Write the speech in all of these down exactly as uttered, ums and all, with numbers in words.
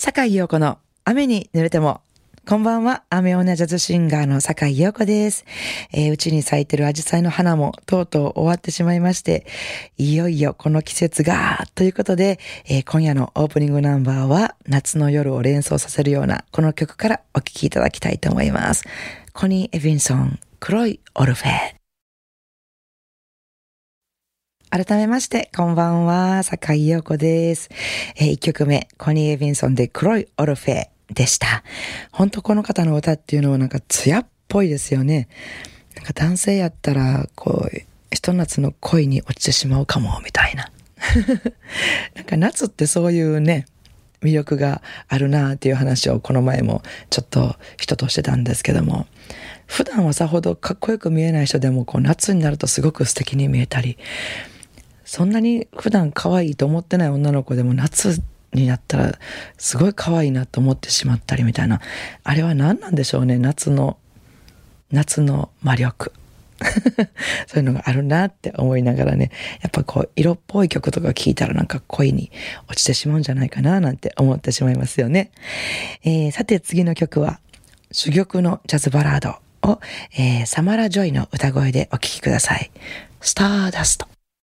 坂井陽子の雨に濡れても。こんばんは、雨女ジャズシンガーの坂井陽子です。えー、うちに咲いてるアジサイの花もとうとう終わってしまいまして、いよいよこの季節がということで、えー、今夜のオープニングナンバーは夏の夜を連想させるようなこの曲からお聴きいただきたいと思います。コニー・エヴィンソン、黒いオルフェ。改めまして、こんばんは、坂井陽子です。えー、いっきょくめ、コニー・エヴィンソンで黒いオルフェでした。本当この方の歌っていうのはなんか艶っぽいですよね。なんか男性やったら、こう、ひと夏の恋に落ちてしまうかも、みたいな。なんか夏ってそういうね、魅力があるなっていう話をこの前もちょっと人としてたんですけども、普段はさほどかっこよく見えない人でもこう夏になるとすごく素敵に見えたり、そんなに普段可愛いと思ってない女の子でも夏になったらすごい可愛いなと思ってしまったりみたいな、あれは何なんでしょうね。夏の夏の魔力そういうのがあるなって思いながらね、やっぱこう色っぽい曲とか聴いたらなんか恋に落ちてしまうんじゃないかななんて思ってしまいますよね。えー、さて次の曲は珠玉のジャズバラードを、えー、サマラ・ジョイの歌声でお聴きください。スターダスト。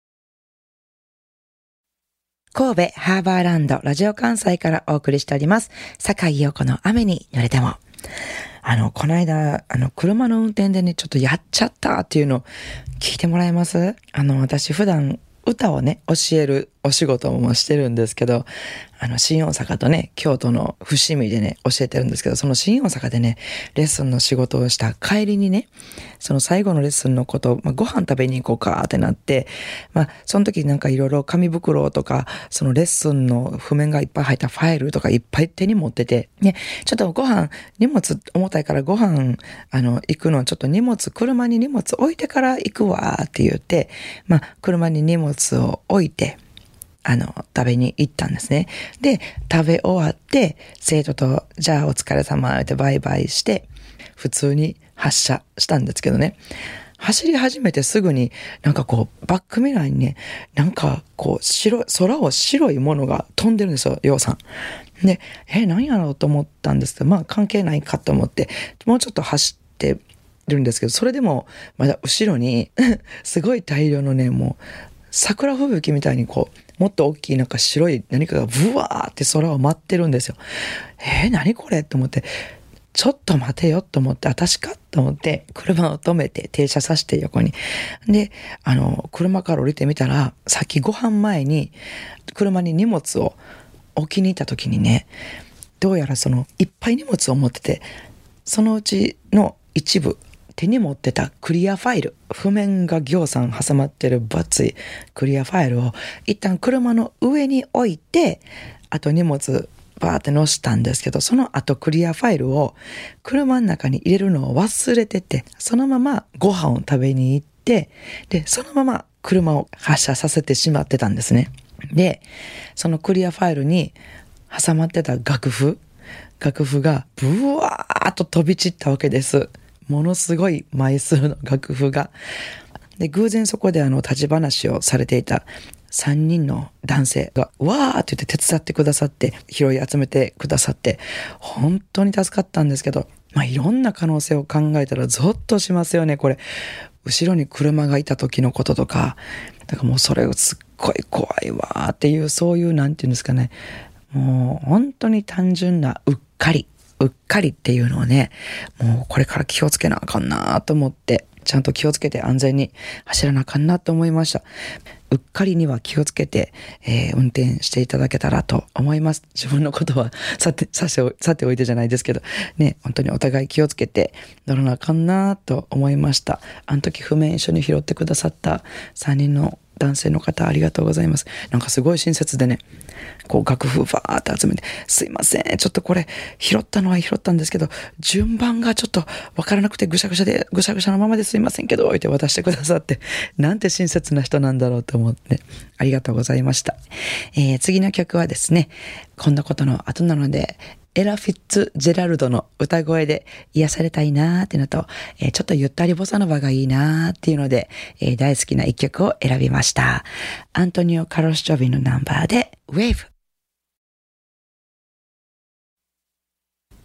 神戸ハーバーランドラジオ関西からお送りしております。坂井陽子の雨に濡れても。あの、この間、あの、車の運転でね、ちょっとやっちゃったっていうの聞いてもらえます？あの、私普段歌をね、教えるお仕事もしてるんですけど、あの、新大阪とね、京都の伏見でね、教えてるんですけど、その新大阪でね、レッスンの仕事をした帰りにね、その最後のレッスンのこと、まあ、ご飯食べに行こうかってなって、まあ、その時なんかいろいろ紙袋とか、そのレッスンの譜面がいっぱい入ったファイルとかいっぱい手に持ってて、ね、ちょっとご飯、荷物重たいからご飯、あの、行くのちょっと荷物、車に荷物置いてから行くわって言って、まあ、車に荷物を置いて、あの、食べに行ったんですね。で、食べ終わって、生徒と、じゃあお疲れ様ってバイバイして、普通に発車したんですけどね。走り始めてすぐに、なんかこう、バックミラーにね、なんかこう、白い、空を白いものが飛んでるんですよ、ようさん。で、え、何やろうと思ったんですけど、まあ関係ないかと思って、もうちょっと走ってるんですけど、それでも、まだ後ろに、すごい大量のね、もう、桜吹雪みたいにこう、もっと大きいなんか白い何かがブワーって空を舞ってるんですよ。えー、何これと思って、ちょっと待てよと思って、私かと思って、車を止めて停車させて横に。で、あの、車から降りてみたら、さっきご飯前に車に荷物を置きに行った時にね、どうやらそのいっぱい荷物を持ってて、そのうちの一部、手に持ってたクリアファイル、譜面が行さん挟まってる分厚いクリアファイルを一旦車の上に置いて、あと荷物バーって乗したんですけど、その後クリアファイルを車の中に入れるのを忘れてて、そのままご飯を食べに行って、で、そのまま車を発車させてしまってたんですね。で、そのクリアファイルに挟まってた楽譜、楽譜がブワーっと飛び散ったわけです。ものすごい枚数の楽譜が。で、偶然そこであの立ち話をされていたさんにんの男性がわーって言って手伝ってくださって、拾い集めてくださって、本当に助かったんですけど、まあいろんな可能性を考えたらゾッとしますよね、これ。後ろに車がいた時のこととか、だからもうそれをすっごい怖いわーっていう、そういうなんていうんですかね、もう本当に単純なうっかり。うっかりっていうのをね、もうこれから気をつけなあかんなと思って、ちゃんと気をつけて安全に走らなあかんなと思いました。うっかりには気をつけて、えー、運転していただけたらと思います。自分のことはさて、さて、さておいてじゃないですけど、ね、本当にお互い気をつけて乗らなあかんなと思いました。あの時譜面一緒に拾ってくださったさんにんの男性の方ありがとうございます。なんかすごい親切でね、こう楽譜バーって集めて、すいません、ちょっとこれ拾ったのは拾ったんですけど、順番がちょっとわからなくてぐしゃぐしゃで、ぐしゃぐしゃのままですいませんけど、って渡してくださって、なんて親切な人なんだろうと思って、ありがとうございました。えー、次の曲はですね、こんなことの後なので、エラ・フィッツジェラルドの歌声で癒されたいなーっていうのと、えー、ちょっとゆったりボサノバがいいなーっていうので、えー、大好きな一曲を選びました。アントニオ・カロス・ジョビンのナンバーで Wave。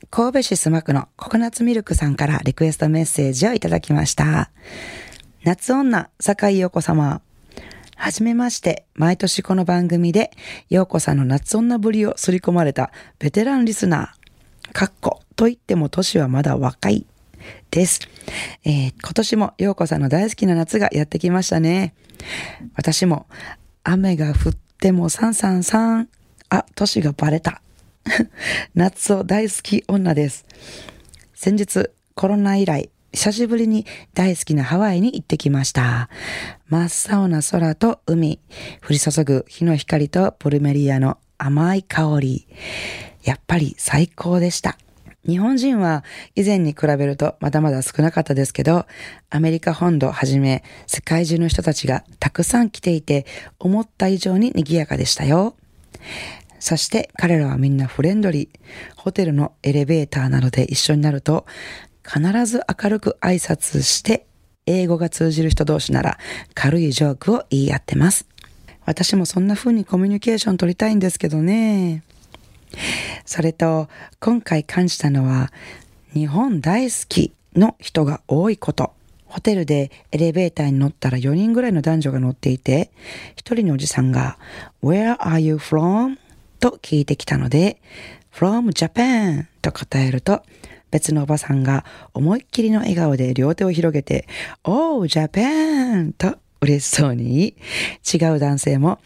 神戸市須磨区のココナッツミルクさんからリクエストメッセージをいただきました。夏女、坂井陽子様。はじめまして、毎年この番組で陽子さんの夏女ぶりを刷り込まれたベテランリスナー。かっこと言っても年はまだ若いです。えー、今年も陽子さんの大好きな夏がやってきましたね。私も雨が降ってもさんさんさん。あ、年がバレた。夏を大好き女です。先日コロナ以来久しぶりに大好きなハワイに行ってきました。真っ青な空と海、降り注ぐ日の光とプルメリアの甘い香り、やっぱり最高でした。日本人は以前に比べるとまだまだ少なかったですけど、アメリカ本土はじめ世界中の人たちがたくさん来ていて、思った以上に賑やかでしたよ。そして彼らはみんなフレンドリー。ホテルのエレベーターなどで一緒になると必ず明るく挨拶して、英語が通じる人同士なら軽いジョークを言い合ってます。私もそんな風にコミュニケーション取りたいんですけどね。それと今回感じたのは、日本大好きの人が多いこと。ホテルでエレベーターに乗ったらよにんぐらいの男女が乗っていて、一人のおじさんが Where are you from? と聞いてきたので From Japan と答えると、別のおばさんが思いっきりの笑顔で両手を広げて Oh Japan と嬉しそうに言い、違う男性も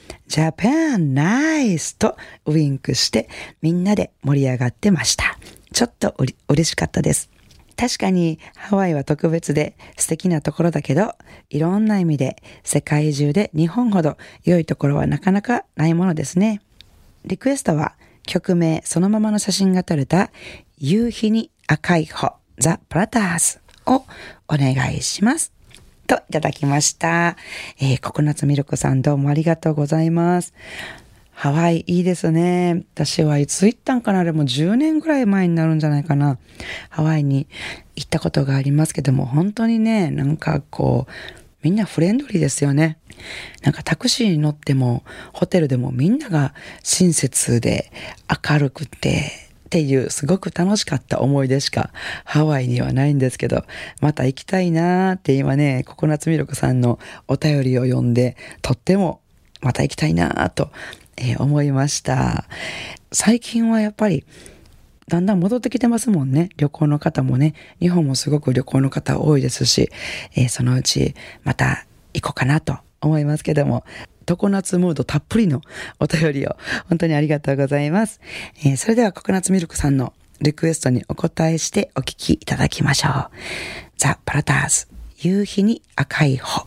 Japan nice とウインクしてみんなで盛り上がってました。ちょっとうり嬉しかったです。確かにハワイは特別で素敵なところだけど、いろんな意味で世界中で日本ほど良いところはなかなかないものですね。リクエストは曲名そのままの写真が撮れた夕日に赤い穂ザ・プラターズをお願いしますといただきました。えー、ココナッツミルクさんどうもありがとうございます。ハワイいいですね。私はいつ行ったんかな、あれもじゅうねんぐらい前になるんじゃないかな。ハワイに行ったことがありますけども、本当にね、なんかこうみんなフレンドリーですよね。なんかタクシーに乗ってもホテルでもみんなが親切で明るくてっていうすごく楽しかった思い出しかハワイにはないんですけど、また行きたいなーって今ね、ココナッツミルクさんのお便りを読んでとってもまた行きたいなーと、えー、思いました。最近はやっぱりだんだん戻ってきてますもんね。旅行の方もね、日本もすごく旅行の方多いですし、えー、そのうちまた行こうかなと思いますけども、ココナッツムードたっぷりのお便りを本当にありがとうございます。えー、それではココナッツミルクさんのリクエストにお答えしてお聞きいただきましょう。ザ・パラターズ、夕日に赤い穂。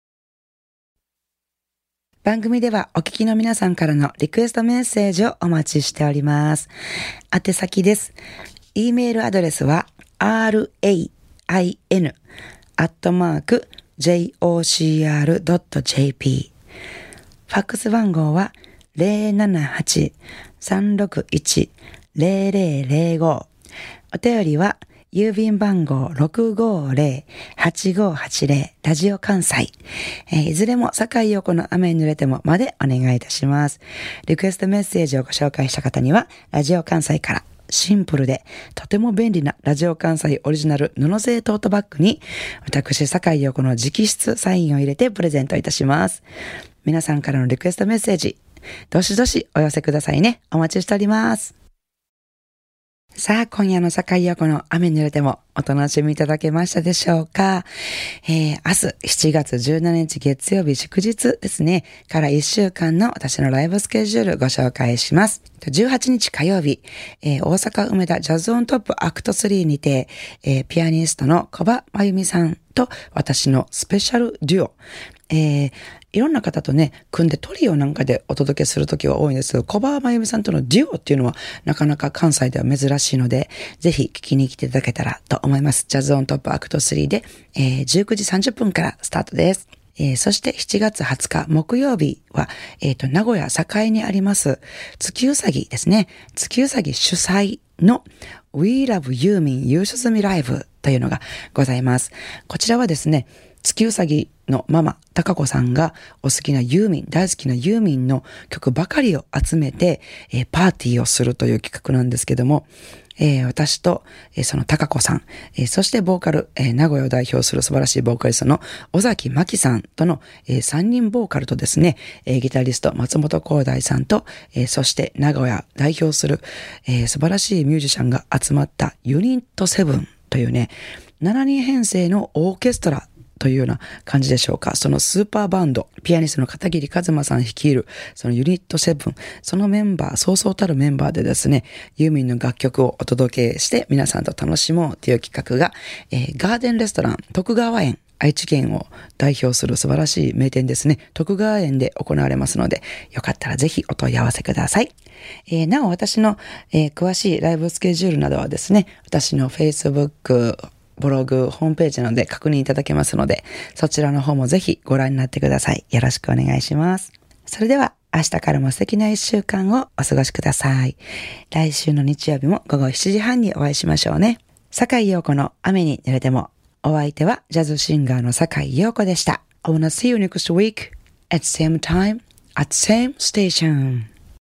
番組ではお聞きの皆さんからのリクエストメッセージをお待ちしております。宛先です。e メールアドレスは ライン アットマーク ジェイオーシーアール ドット ジェーピー。ファックス番号は ゼロななはち さんろくいち ゼロゼロゼロご。お便りは郵便番号 ろくごーぜろ はちごはちぜろ ラジオ関西、えー、いずれも坂井陽子の雨に濡れてもまでお願いいたします。リクエストメッセージをご紹介した方にはラジオ関西からシンプルでとても便利なラジオ関西オリジナル布製トートバッグに私坂井陽子の直筆サインを入れてプレゼントいたします。皆さんからのリクエストメッセージどしどしお寄せくださいね。お待ちしております。さあ、今夜の坂井陽子の雨に濡れてもお楽しみいただけましたでしょうか。えー、明日しちがつじゅうしちにち月曜日祝日ですねからいっしゅうかんの私のライブスケジュールご紹介します。じゅうはちにち火曜日、えー、大阪梅田ジャズオントップアクトスリーにて、えー、ピアニストの小葉真由美さんと私のスペシャルデュオ、えーいろんな方とね、組んでトリオなんかでお届けするときは多いんですけど、小葉真由美さんとのデュオっていうのはなかなか関西では珍しいので、ぜひ聞きに来ていただけたらと思います。ジャズオントップアクトスリーで、えー、じゅうくじさんじゅっぷんからスタートです。えー、そしてしちがつはつか木曜日は、えっと、名古屋栄にあります、月うさぎですね。月うさぎ主催の We Love ユーミン夕涼みライブというのがございます。こちらはですね、月うさぎのママ、高子さんがお好きなユーミン、大好きなユーミンの曲ばかりを集めて、えー、パーティーをするという企画なんですけども、 えー、私と、えー、その高子さん、えー、そしてボーカル、えー、名古屋を代表する素晴らしいボーカリストの尾崎真紀さんとの、えー、さんにんボーカルとですね、えー、ギタリスト松本光大さんと、えー、そして名古屋代表する、えー、素晴らしいミュージシャンが集まったユニットセブンというね、しちにん編成のオーケストラというような感じでしょうか。そのスーパーバンド、ピアニストの片桐和馬さん率いる、そのユニットセブン、そのメンバー、そうそうたるメンバーでですね、ユーミンの楽曲をお届けして皆さんと楽しもうという企画が、えー、ガーデンレストラン徳川園、愛知県を代表する素晴らしい名店ですね、徳川園で行われますので、よかったらぜひお問い合わせください。えー、なお私の、えー、詳しいライブスケジュールなどはですね、私の Facebook、ブログ、ホームページなどで確認いただけますので、そちらの方もぜひご覧になってください。よろしくお願いします。それでは明日からも素敵な一週間をお過ごしください。来週の日曜日も午後しちじはんにお会いしましょうね。坂井陽子の雨に濡れても。お相手はジャズシンガーの坂井陽子でした。I wanna see you next week at same time at same station.